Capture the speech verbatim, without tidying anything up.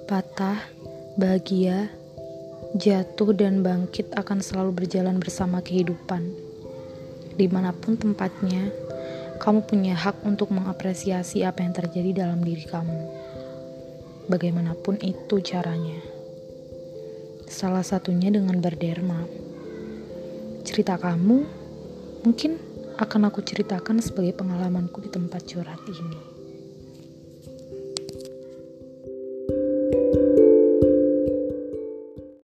Patah, bahagia, jatuh dan bangkit akan selalu berjalan bersama kehidupan. Dimanapun tempatnya, kamu punya hak untuk mengapresiasi apa yang terjadi dalam diri kamu. Bagaimanapun itu caranya. Salah satunya dengan berderma. Cerita kamu mungkin akan aku ceritakan sebagai pengalamanku di tempat curhat ini.